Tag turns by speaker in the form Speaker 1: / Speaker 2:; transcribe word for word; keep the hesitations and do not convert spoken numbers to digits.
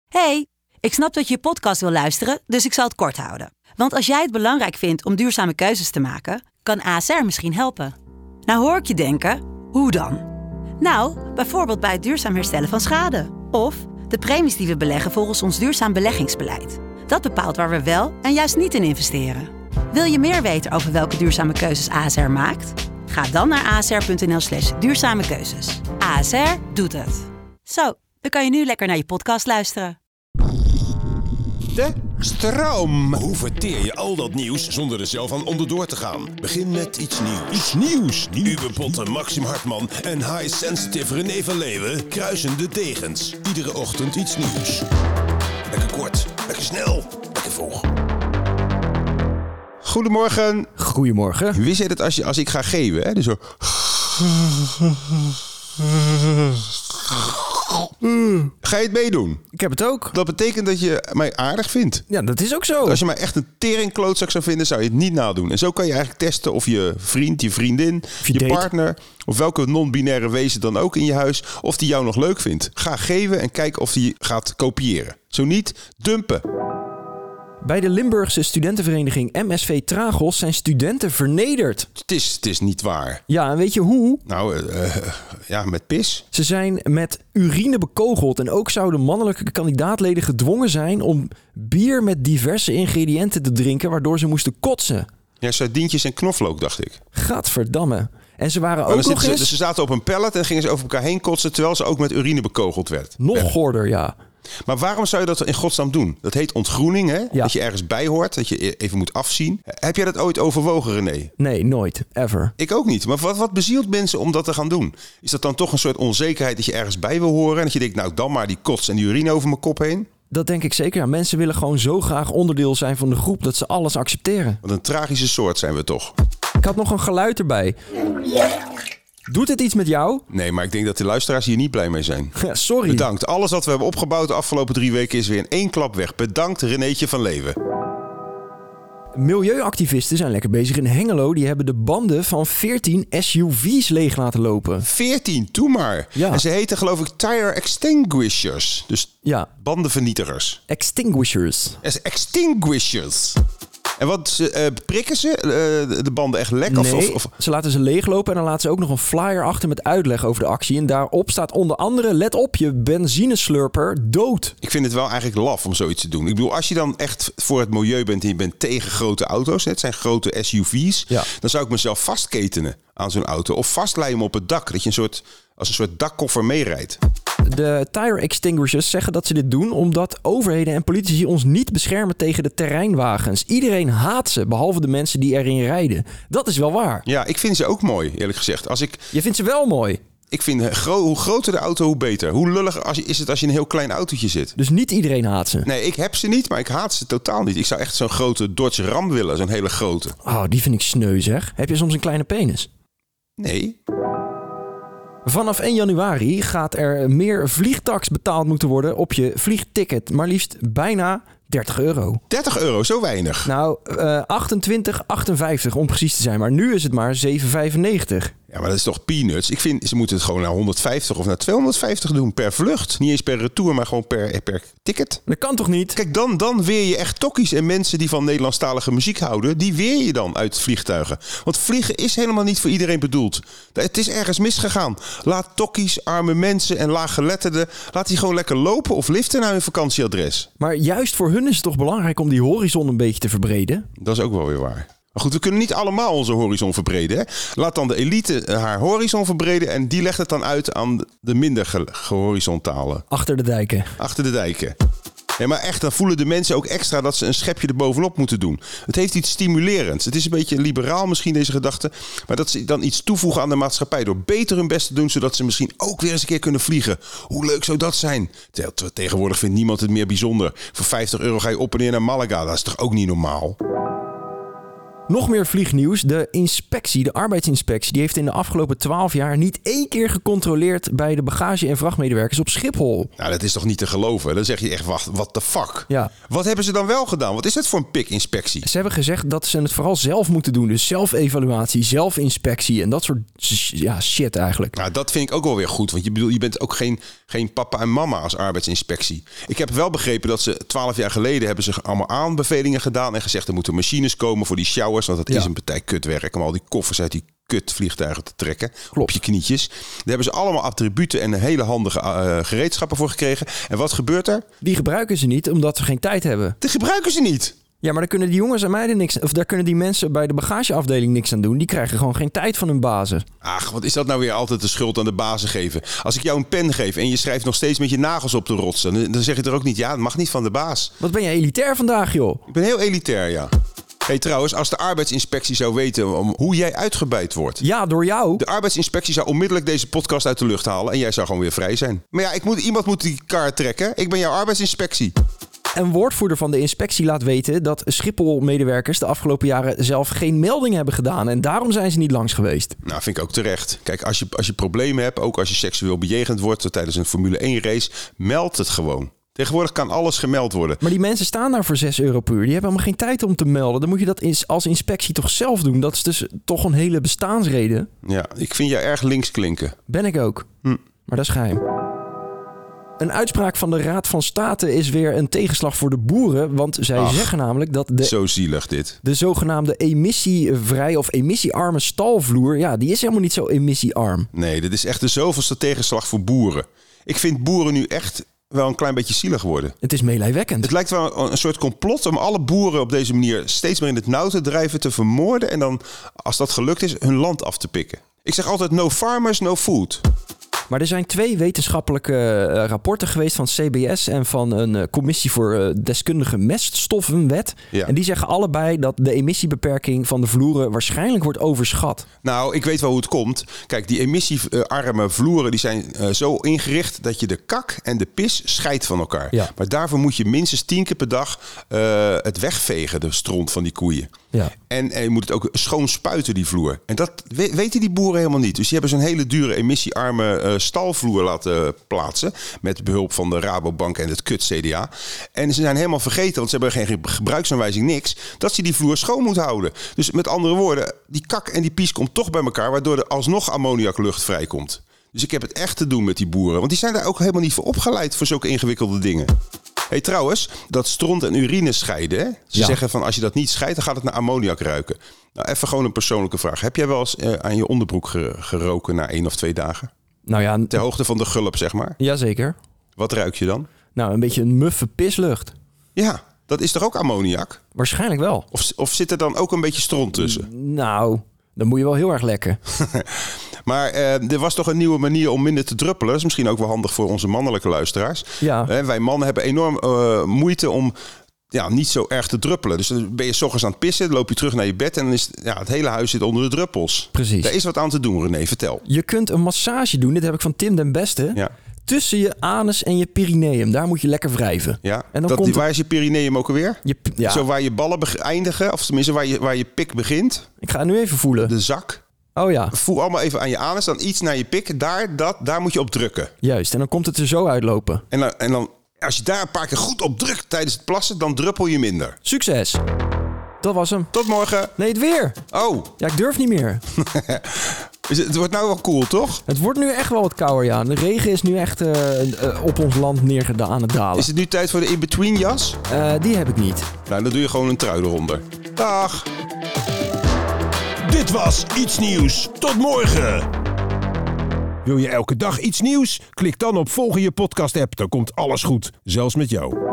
Speaker 1: Hey, ik snap dat je je podcast wil luisteren, dus ik zal het kort houden. Want als jij het belangrijk vindt om duurzame keuzes te maken, kan A S R misschien helpen. Nou hoor ik je denken, hoe dan? Nou, bijvoorbeeld bij het duurzaam herstellen van schade. Of de premies die we beleggen volgens ons duurzaam beleggingsbeleid. Dat bepaalt waar we wel en juist niet in investeren. Wil je meer weten over welke duurzame keuzes A S R maakt? Ga dan naar asr.nl slash duurzame keuzes. A S R doet het. Zo, dan kan je nu lekker naar je podcast luisteren.
Speaker 2: De stroom.
Speaker 3: Hoe verteer je al dat nieuws zonder er zelf aan onderdoor te gaan? Begin met iets nieuws.
Speaker 2: Iets nieuws.
Speaker 3: Uwe Botte, Maxim Hartman en High Sensitive René van Leeuwen kruisen de degens. Iedere ochtend iets nieuws. Lekker kort, lekker snel, lekker vroeg.
Speaker 2: Goedemorgen.
Speaker 4: Goedemorgen.
Speaker 2: Wist jij dat als, je, als ik ga geven, hè, dus zo... Ga je het meedoen?
Speaker 4: Ik heb het ook.
Speaker 2: Dat betekent dat je mij aardig vindt.
Speaker 4: Ja, dat is ook zo.
Speaker 2: Als je mij echt een teringklootzak zou vinden, zou je het niet nadoen. En zo kan je eigenlijk testen of je vriend, je vriendin, je,
Speaker 4: je
Speaker 2: partner... of welke non-binaire wezen dan ook in je huis... of die jou nog leuk vindt. Ga geven en kijk of die gaat kopiëren. Zo niet, dumpen.
Speaker 4: Bij de Limburgse studentenvereniging M S V Tragos zijn studenten vernederd.
Speaker 2: Het is, het is niet waar.
Speaker 4: Ja, en weet je hoe?
Speaker 2: Nou, uh, ja, met pis.
Speaker 4: Ze zijn met urine bekogeld en ook zouden mannelijke kandidaatleden gedwongen zijn om bier met diverse ingrediënten te drinken, waardoor ze moesten kotsen.
Speaker 2: Ja, sardientjes en knoflook, dacht ik.
Speaker 4: Gadverdamme. En ze waren
Speaker 2: maar
Speaker 4: ook nog
Speaker 2: ze,
Speaker 4: eens...
Speaker 2: Dus ze zaten op een pallet en gingen ze over elkaar heen kotsen, terwijl ze ook met urine bekogeld werd.
Speaker 4: Nog
Speaker 2: werd.
Speaker 4: gorder, ja.
Speaker 2: Maar waarom zou je dat in godsnaam doen? Dat heet ontgroening, hè?
Speaker 4: Ja.
Speaker 2: Dat je ergens bij hoort, dat je even moet afzien. Heb jij dat ooit overwogen, René?
Speaker 4: Nee, nooit. Ever.
Speaker 2: Ik ook niet. Maar wat, wat bezielt mensen om dat te gaan doen? Is dat dan toch een soort onzekerheid dat je ergens bij wil horen? En dat je denkt, nou dan maar die kots en die urine over mijn kop heen?
Speaker 4: Dat denk ik zeker. Ja, mensen willen gewoon zo graag onderdeel zijn van de groep dat ze alles accepteren.
Speaker 2: Wat een tragische soort zijn we toch.
Speaker 4: Ik had nog een geluid erbij. Doet het iets met jou?
Speaker 2: Nee, maar ik denk dat de luisteraars hier niet blij mee zijn.
Speaker 4: Ja, sorry.
Speaker 2: Bedankt. Alles wat we hebben opgebouwd de afgelopen drie weken is weer in één klap weg. Bedankt, Renéetje van Leeuwen.
Speaker 4: Milieuactivisten zijn lekker bezig in Hengelo. Die hebben de banden van veertien S U V's leeg laten lopen.
Speaker 2: veertien, doe maar.
Speaker 4: Ja.
Speaker 2: En ze heten geloof ik tire extinguishers. Dus
Speaker 4: Ja.
Speaker 2: bandenvernietigers.
Speaker 4: Extinguishers.
Speaker 2: Extinguishers. En wat, uh, prikken ze uh, de banden echt lek?
Speaker 4: Nee,
Speaker 2: Of, of, of...
Speaker 4: ze laten ze leeglopen en dan laten ze ook nog een flyer achter met uitleg over de actie. En daarop staat onder andere, let op, je benzineslurper dood.
Speaker 2: Ik vind het wel eigenlijk laf om zoiets te doen. Ik bedoel, als je dan echt voor het milieu bent en je bent tegen grote auto's, het zijn grote S U V's,
Speaker 4: Ja.
Speaker 2: dan zou ik mezelf vastketenen aan zo'n auto. Of vastlijmen op het dak, dat je een soort, als een soort dakkoffer meerijdt.
Speaker 4: De tire extinguishers zeggen dat ze dit doen omdat overheden en politici ons niet beschermen tegen de terreinwagens. Iedereen haat ze, behalve de mensen die erin rijden. Dat is wel waar.
Speaker 2: Ja, ik vind ze ook mooi, eerlijk gezegd. Als ik,
Speaker 4: Je vindt ze wel mooi.
Speaker 2: ik vind gro- hoe groter de auto, hoe beter. Hoe lulliger als je, is het als je in een heel klein autootje zit.
Speaker 4: Dus niet iedereen haat ze.
Speaker 2: Nee, ik heb ze niet, maar ik haat ze totaal niet. Ik zou echt zo'n grote Dodge Ram willen, zo'n hele grote.
Speaker 4: Oh, die vind ik sneu zeg. Heb je soms een kleine penis?
Speaker 2: Nee.
Speaker 4: Vanaf één januari gaat er meer vliegtaks betaald moeten worden op je vliegticket. Maar liefst bijna dertig euro.
Speaker 2: dertig euro, zo weinig.
Speaker 4: Nou, uh, achtentwintig achtenvijftig om precies te zijn. Maar nu is het maar zeven vijfennegentig.
Speaker 2: Ja, maar dat is toch peanuts? Ik vind, ze moeten het gewoon naar honderdvijftig of naar tweehonderdvijftig doen per vlucht. Niet eens per retour, maar gewoon per, per ticket.
Speaker 4: Dat kan toch niet?
Speaker 2: Kijk, dan, dan weer je echt tokkies. En mensen die van Nederlandstalige muziek houden, die weer je dan uit vliegtuigen. Want vliegen is helemaal niet voor iedereen bedoeld. Het is ergens misgegaan. Laat tokkies, arme mensen en laaggeletterden, laat die gewoon lekker lopen of liften naar hun vakantieadres.
Speaker 4: Maar juist voor hun is het toch belangrijk om die horizon een beetje te verbreden?
Speaker 2: Dat is ook wel weer waar. Maar goed, we kunnen niet allemaal onze horizon verbreden. Hè? Laat dan de elite haar horizon verbreden en die legt het dan uit aan de minder ge- gehorizontale.
Speaker 4: Achter de dijken.
Speaker 2: Achter de dijken. Ja, maar echt, dan voelen de mensen ook extra dat ze een schepje erbovenop moeten doen. Het heeft iets stimulerends. Het is een beetje liberaal misschien, deze gedachte. Maar dat ze dan iets toevoegen aan de maatschappij door beter hun best te doen, zodat ze misschien ook weer eens een keer kunnen vliegen. Hoe leuk zou dat zijn? Tegenwoordig vindt niemand het meer bijzonder. Voor vijftig euro ga je op en neer naar Malaga. Dat is toch ook niet normaal?
Speaker 4: Nog meer vliegnieuws. De inspectie, de arbeidsinspectie, die heeft in de afgelopen twaalf jaar niet één keer gecontroleerd bij de bagage- en vrachtmedewerkers op Schiphol.
Speaker 2: Nou, dat is toch niet te geloven? Dan zeg je echt, wacht, what the fuck?
Speaker 4: Ja.
Speaker 2: Wat hebben ze dan wel gedaan? Wat is dat voor een pikinspectie?
Speaker 4: Ze hebben gezegd dat ze het vooral zelf moeten doen. Dus zelfevaluatie, zelfinspectie en dat soort ja, shit eigenlijk.
Speaker 2: Nou, dat vind ik ook wel weer goed. Want je bedoel, je bent ook geen, geen papa en mama als arbeidsinspectie. Ik heb wel begrepen dat ze twaalf jaar geleden hebben ze allemaal aanbevelingen gedaan en gezegd er moeten machines komen voor die showers. Want dat
Speaker 4: Ja.
Speaker 2: is een partij kutwerk om al die koffers uit die kutvliegtuigen te trekken.
Speaker 4: Klopt.
Speaker 2: Op je knietjes. Daar hebben ze allemaal attributen en hele handige uh, gereedschappen voor gekregen. En wat gebeurt er?
Speaker 4: Die gebruiken ze niet omdat ze geen tijd hebben.
Speaker 2: Die gebruiken ze niet.
Speaker 4: Ja, maar daar kunnen die jongens en meiden niks, of daar kunnen die mensen bij de bagageafdeling niks aan doen. Die krijgen gewoon geen tijd van hun bazen.
Speaker 2: Ach, wat is dat nou weer altijd de schuld aan de bazen geven? Als ik jou een pen geef en je schrijft nog steeds met je nagels op de rotsen, dan- dan zeg je er ook niet, ja, het mag niet van de baas.
Speaker 4: Wat ben je elitair vandaag, joh?
Speaker 2: Ik ben heel elitair, ja. Hey, trouwens, als de arbeidsinspectie zou weten om hoe jij uitgebuit wordt.
Speaker 4: Ja, door jou.
Speaker 2: De arbeidsinspectie zou onmiddellijk deze podcast uit de lucht halen en jij zou gewoon weer vrij zijn. Maar ja, ik moet, iemand moet die kaart trekken. Ik ben jouw arbeidsinspectie.
Speaker 4: Een woordvoerder van de inspectie laat weten dat Schiphol-medewerkers de afgelopen jaren zelf geen melding hebben gedaan. En daarom zijn ze niet langs geweest.
Speaker 2: Nou, vind ik ook terecht. Kijk, als je, als je problemen hebt, ook als je seksueel bejegend wordt tijdens een Formule één race, meld het gewoon. Tegenwoordig kan alles gemeld worden.
Speaker 4: Maar die mensen staan daar voor zes euro per uur. Die hebben helemaal geen tijd om te melden. Dan moet je dat ins- als inspectie toch zelf doen. Dat is dus toch een hele bestaansreden.
Speaker 2: Ja, ik vind jou erg links klinken.
Speaker 4: Ben ik ook.
Speaker 2: Hm.
Speaker 4: Maar dat is geheim. Een uitspraak van de Raad van State is weer een tegenslag voor de boeren. Want zij
Speaker 2: Ach,
Speaker 4: zeggen namelijk dat de,
Speaker 2: Zo zielig dit.
Speaker 4: de zogenaamde emissievrij of emissiearme stalvloer... ja, die is helemaal niet zo emissiearm.
Speaker 2: Nee, dit is echt de zoveelste tegenslag voor boeren. Ik vind boeren nu echt wel een klein beetje zielig worden.
Speaker 4: Het is meelijwekkend.
Speaker 2: Het lijkt wel een soort complot om alle boeren op deze manier steeds meer in het nauw te drijven, te vermoorden en dan, als dat gelukt is, hun land af te pikken. Ik zeg altijd no farmers, no food.
Speaker 4: Maar er zijn twee wetenschappelijke uh, rapporten geweest van C B S en van een uh, commissie voor uh, deskundige meststoffenwet.
Speaker 2: Ja.
Speaker 4: En die zeggen allebei dat de emissiebeperking van de vloeren waarschijnlijk wordt overschat.
Speaker 2: Nou, ik weet wel hoe het komt. Kijk, die emissiearme vloeren die zijn uh, zo ingericht dat je de kak en de pis scheidt van elkaar.
Speaker 4: Ja.
Speaker 2: Maar daarvoor moet je minstens tien keer per dag uh, het wegvegen, de stront van die koeien.
Speaker 4: Ja.
Speaker 2: En, en je moet het ook schoon spuiten, die vloer. En dat we, weten die boeren helemaal niet. Dus die hebben zo'n hele dure emissiearme uh, stalvloer laten plaatsen. Met behulp van de Rabobank en het kut C D A. En ze zijn helemaal vergeten, want ze hebben geen gebruiksaanwijzing, niks, dat ze die vloer schoon moeten houden. Dus met andere woorden, die kak en die pies komt toch bij elkaar, waardoor er alsnog ammoniaklucht vrijkomt. Dus ik heb het echt te doen met die boeren. Want die zijn daar ook helemaal niet voor opgeleid voor zulke ingewikkelde dingen. Hey, trouwens, dat stront en urine scheiden. Hè? Ze
Speaker 4: Ja.
Speaker 2: zeggen van als je dat niet scheidt, dan gaat het naar ammoniak ruiken. Nou, even gewoon een persoonlijke vraag. Heb jij wel eens uh, aan je onderbroek ge- geroken na één of twee dagen?
Speaker 4: Nou ja,
Speaker 2: Ter hoogte van de gulp, zeg maar.
Speaker 4: jazeker.
Speaker 2: Wat ruik je dan?
Speaker 4: Nou, een beetje een muffe pislucht.
Speaker 2: Ja, dat is toch ook ammoniak?
Speaker 4: Waarschijnlijk wel.
Speaker 2: Of, of zit er dan ook een beetje stront tussen?
Speaker 4: Nou, dan moet je wel heel erg lekken.
Speaker 2: Maar uh, er was toch een nieuwe manier om minder te druppelen. Dat is misschien ook wel handig voor onze mannelijke luisteraars.
Speaker 4: Ja.
Speaker 2: Uh, wij mannen hebben enorm uh, moeite om ja, niet zo erg te druppelen. Dus dan ben je 's ochtends aan het pissen, dan loop je terug naar je bed en dan is ja, het hele huis zit onder de druppels.
Speaker 4: Precies.
Speaker 2: Daar is wat aan te doen, René. Vertel.
Speaker 4: Je kunt een massage doen, dit heb ik van Tim den Beste,
Speaker 2: Ja.
Speaker 4: tussen je anus en je perineum. Daar moet je lekker wrijven.
Speaker 2: Ja.
Speaker 4: En dan
Speaker 2: dat,
Speaker 4: komt
Speaker 2: die,
Speaker 4: het-
Speaker 2: waar is je perineum ook alweer?
Speaker 4: Je, p- ja,
Speaker 2: Zo waar je ballen beg- eindigen, of tenminste waar je, waar je pik begint.
Speaker 4: ik ga het nu even voelen.
Speaker 2: De zak.
Speaker 4: Oh ja,
Speaker 2: Voel allemaal even aan je anus, dan iets naar je pik. Daar, dat, daar moet je op drukken.
Speaker 4: juist. En dan komt het er zo uitlopen.
Speaker 2: En dan, en dan, als je daar een paar keer goed op drukt tijdens het plassen, dan druppel je minder.
Speaker 4: Succes. Dat was hem.
Speaker 2: Tot morgen.
Speaker 4: Nee, het weer.
Speaker 2: Oh,
Speaker 4: Ja, ik durf niet meer.
Speaker 2: is het, het wordt nou wel cool, toch?
Speaker 4: Het wordt nu echt wel wat kouder, ja. De regen is nu echt uh, uh, op ons land neergedaan aan het dalen.
Speaker 2: Is het nu tijd voor de in-between jas?
Speaker 4: Uh, die heb ik niet.
Speaker 2: Nou, dan doe je gewoon een trui eronder. Dag.
Speaker 3: Dit was Iets Nieuws. Tot morgen. Wil je elke dag iets nieuws? Klik dan op volg in je podcast app. Dan komt alles goed, zelfs met jou.